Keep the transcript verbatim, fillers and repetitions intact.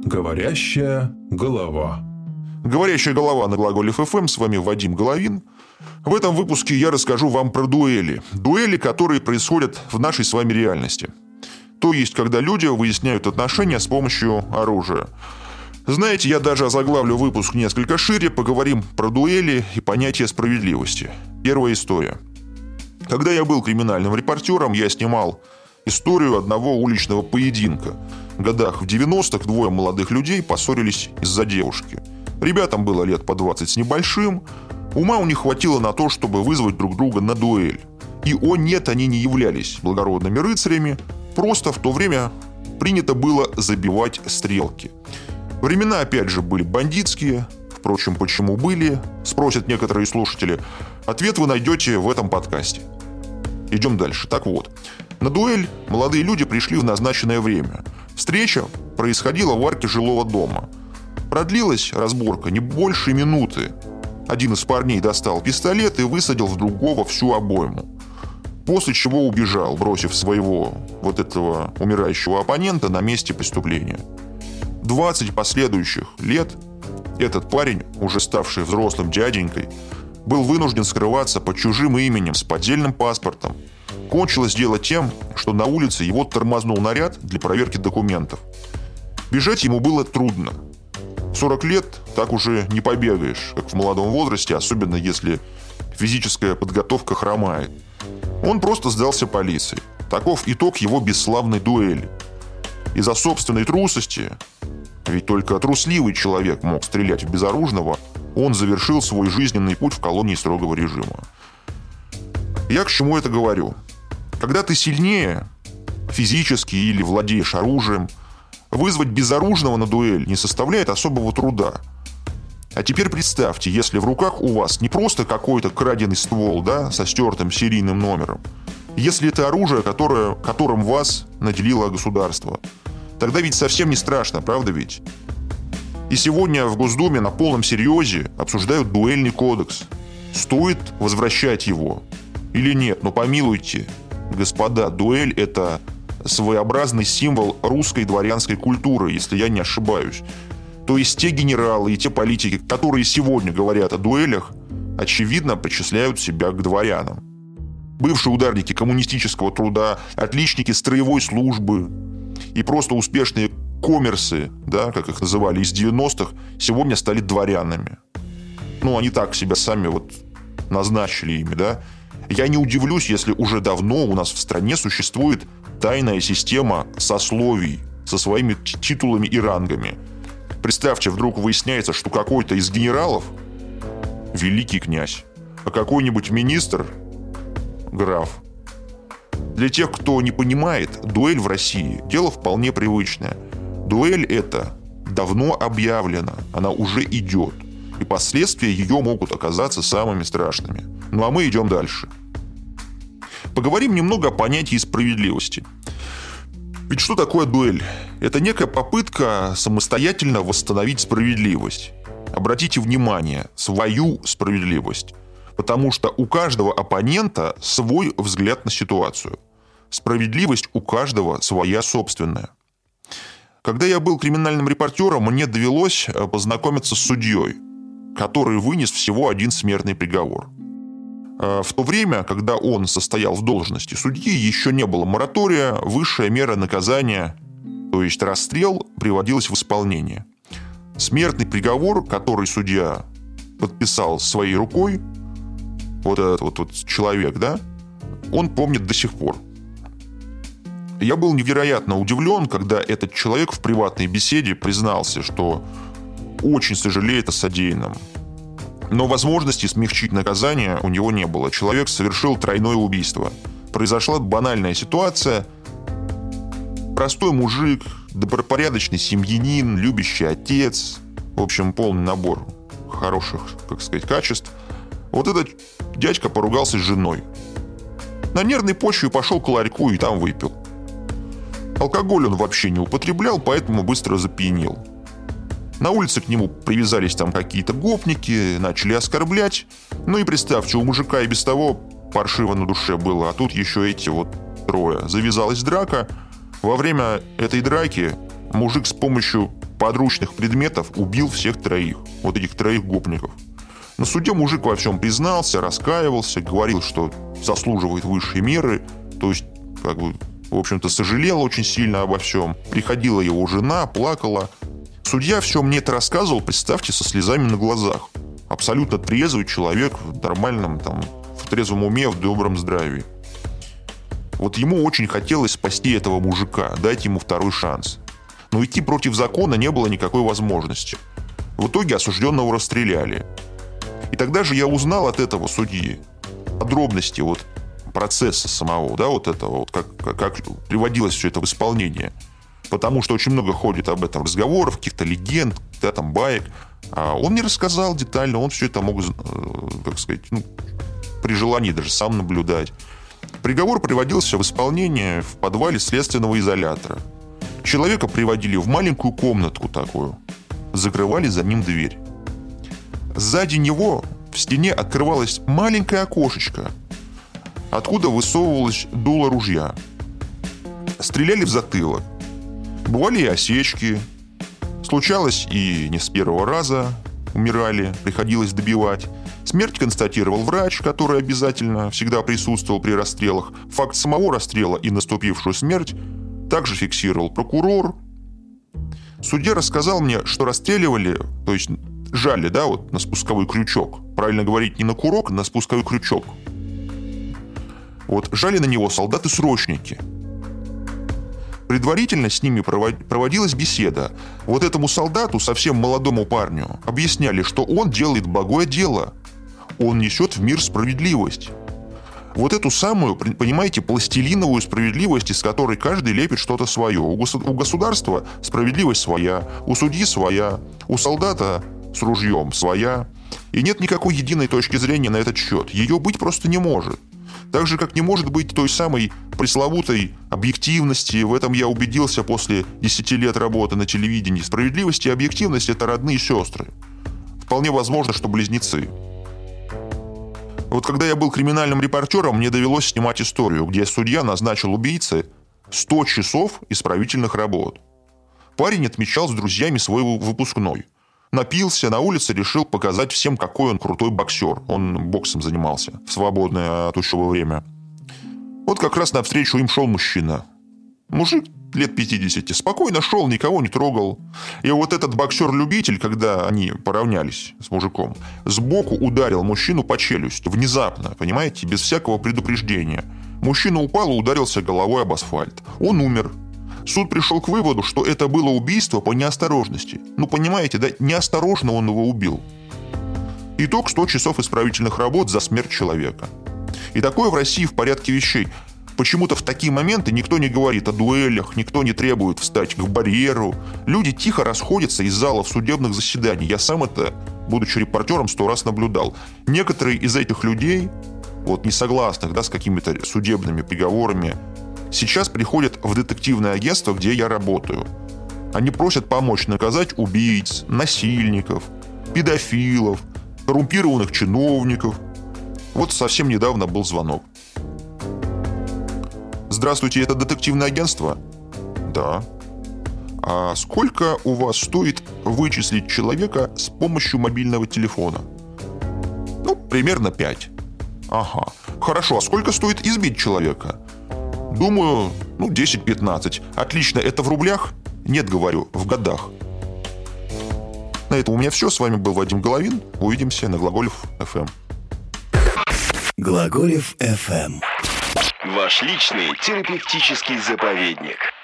Говорящая голова. Говорящая голова на Глаголе эф эм. С вами Вадим Головин. В этом выпуске я расскажу вам про дуэли. Дуэли, которые происходят в нашей с вами реальности. То есть, когда люди выясняют отношения с помощью оружия. Знаете, я даже озаглавлю выпуск несколько шире. Поговорим про дуэли и понятие справедливости. Первая история. Когда я был криминальным репортером, я снимал историю одного уличного поединка. В годах в девяностых двое молодых людей поссорились из-за девушки. Ребятам было лет по двадцать с небольшим. Ума у них хватило на то, чтобы вызвать друг друга на дуэль. И, о нет, они не являлись благородными рыцарями. Просто в то время принято было забивать стрелки. Времена, опять же, были бандитские. Впрочем, почему были, спросят некоторые слушатели. Ответ вы найдете в этом подкасте. Идем дальше. Так вот, на дуэль молодые люди пришли в назначенное время. Встреча происходила в арке жилого дома. Продлилась разборка не больше минуты. Один из парней достал пистолет и высадил в другого всю обойму. После чего убежал, бросив своего вот этого умирающего оппонента на месте преступления. двадцать последующих лет этот парень, уже ставший взрослым дяденькой, был вынужден скрываться под чужим именем с поддельным паспортом. Кончилось дело тем, что на улице его тормознул наряд для проверки документов. Бежать ему было трудно. В сорок лет так уже не побегаешь, как в молодом возрасте, особенно если физическая подготовка хромает. Он просто сдался полиции. Таков итог его бесславной дуэли. Из-за собственной трусости, ведь только трусливый человек мог стрелять в безоружного, он завершил свой жизненный путь в колонии строгого режима. Я к чему это говорю? Когда ты сильнее физически или владеешь оружием, вызвать безоружного на дуэль не составляет особого труда. А теперь представьте, если в руках у вас не просто какой-то краденый ствол, да, со стертым серийным номером, если это оружие, которое, которым вас наделило государство, тогда ведь совсем не страшно, правда ведь? И сегодня в Госдуме на полном серьезе обсуждают дуэльный кодекс. Стоит возвращать его или нет? Но помилуйте, господа, дуэль – это своеобразный символ русской дворянской культуры, если я не ошибаюсь. То есть те генералы и те политики, которые сегодня говорят о дуэлях, очевидно причисляют себя к дворянам. Бывшие ударники коммунистического труда, отличники строевой службы и просто успешные коммерсы, да, как их называли, из девяностых, сегодня стали дворянами. Ну, они так себя сами вот назначили ими, да. Я не удивлюсь, если уже давно у нас в стране существует тайная система сословий со своими титулами и рангами. Представьте, вдруг выясняется, что какой-то из генералов – великий князь, а какой-нибудь министр – граф. Для тех, кто не понимает, дуэль в России – дело вполне привычное. Дуэль эта давно объявлена, она уже идет. И последствия ее могут оказаться самыми страшными. Ну а мы идем дальше. Поговорим немного о понятии справедливости. Ведь что такое дуэль? Это некая попытка самостоятельно восстановить справедливость. Обратите внимание, свою справедливость. Потому что у каждого оппонента свой взгляд на ситуацию. Справедливость у каждого своя собственная. Когда я был криминальным репортером, мне довелось познакомиться с судьей, который вынес всего один смертный приговор. В то время, когда он состоял в должности судьи, еще не было моратория, высшая мера наказания, то есть расстрел, приводилась в исполнение. Смертный приговор, который судья подписал своей рукой, вот этот вот, вот человек, да, он помнит до сих пор. Я был невероятно удивлен, когда этот человек в приватной беседе признался, что очень сожалеет о содеянном. Но возможности смягчить наказание у него не было. Человек совершил тройное убийство. Произошла банальная ситуация. Простой мужик, добропорядочный семьянин, любящий отец. В общем, полный набор хороших, как сказать, качеств. Вот этот дядька поругался с женой. На нервной почве пошел к ларьку и там выпил. Алкоголь он вообще не употреблял, поэтому быстро запьянел. На улице к нему привязались там какие-то гопники, начали оскорблять. Ну и представьте, у мужика и без того паршиво на душе было, а тут еще эти вот трое. Завязалась драка. Во время этой драки мужик с помощью подручных предметов убил всех троих. Вот этих троих гопников. На суде мужик во всем признался, раскаивался, говорил, что заслуживает высшей меры. То есть, как бы, в общем-то, сожалел очень сильно обо всем. Приходила его жена, плакала. Судья все мне это рассказывал, представьте, со слезами на глазах. Абсолютно трезвый человек в нормальном, там, в трезвом уме, в добром здравии. Вот ему очень хотелось спасти этого мужика, дать ему второй шанс. Но идти против закона не было никакой возможности. В итоге осужденного расстреляли. И тогда же я узнал от этого судьи подробности вот процесса самого, да, вот этого, вот как, как, как приводилось все это в исполнение. Потому что очень много ходит об этом разговоров, каких-то легенд, да, там, баек. А он мне рассказал детально, он все это мог, как сказать, ну, при желании даже сам наблюдать. Приговор приводился в исполнение в подвале следственного изолятора. Человека приводили в маленькую комнатку такую, закрывали за ним дверь. Сзади него в стене открывалось маленькое окошечко, откуда высовывалось дуло ружья. Стреляли в затылок. Бывали и осечки. Случалось и не с первого раза. Умирали, приходилось добивать. Смерть констатировал врач, который обязательно всегда присутствовал при расстрелах. Факт самого расстрела и наступившую смерть также фиксировал прокурор. Судья рассказал мне, что расстреливали, то есть жали, да, вот на спусковой крючок. Правильно говорить, не на курок, а на спусковой крючок. Вот жали на него солдаты-срочники. Предварительно с ними проводилась беседа. Вот этому солдату, совсем молодому парню, объясняли, что он делает благое дело. Он несет в мир справедливость. Вот эту самую, понимаете, пластилиновую справедливость, из которой каждый лепит что-то свое. У государства справедливость своя, у судьи своя, у солдата с ружьем своя. И нет никакой единой точки зрения на этот счет. Ее быть просто не может. Так же, как не может быть той самой пресловутой объективности, в этом я убедился после десяти лет работы на телевидении. Справедливость и объективность – это родные сестры. Вполне возможно, что близнецы. Вот когда я был криминальным репортером, мне довелось снимать историю, где судья назначил убийце сто часов исправительных работ. Парень отмечал с друзьями свой выпускной. Напился, на улице решил показать всем, какой он крутой боксер. Он боксом занимался в свободное от учебы время. Вот как раз навстречу им шел мужчина. Мужик лет пятидесяти. Спокойно шел, никого не трогал. И вот этот боксер-любитель, когда они поравнялись с мужиком, сбоку ударил мужчину по челюсти. Внезапно, понимаете, без всякого предупреждения. Мужчина упал и ударился головой об асфальт. Он умер. Суд пришел к выводу, что это было убийство по неосторожности. Ну, понимаете, да, неосторожно он его убил. Итог – сто часов исправительных работ за смерть человека. И такое в России в порядке вещей. Почему-то в такие моменты никто не говорит о дуэлях, никто не требует встать к барьеру. Люди тихо расходятся из залов судебных заседаний. Я сам это, будучи репортером, сто раз наблюдал. Некоторые из этих людей, вот несогласных, да, с какими-то судебными приговорами, сейчас приходят в детективное агентство, где я работаю. Они просят помочь наказать убийц, насильников, педофилов, коррумпированных чиновников. Вот совсем недавно был звонок. Здравствуйте, это детективное агентство? Да. А сколько у вас стоит вычислить человека с помощью мобильного телефона? Ну, примерно пять. Ага. Хорошо, а сколько стоит избить человека? Думаю, ну, десять-пятнадцать. Отлично, это в рублях? Нет, говорю, в годах. На этом у меня все. С вами был Вадим Головин. Увидимся на Глаголев эф эм. Глаголев эф эм. Ваш личный терапевтический заповедник.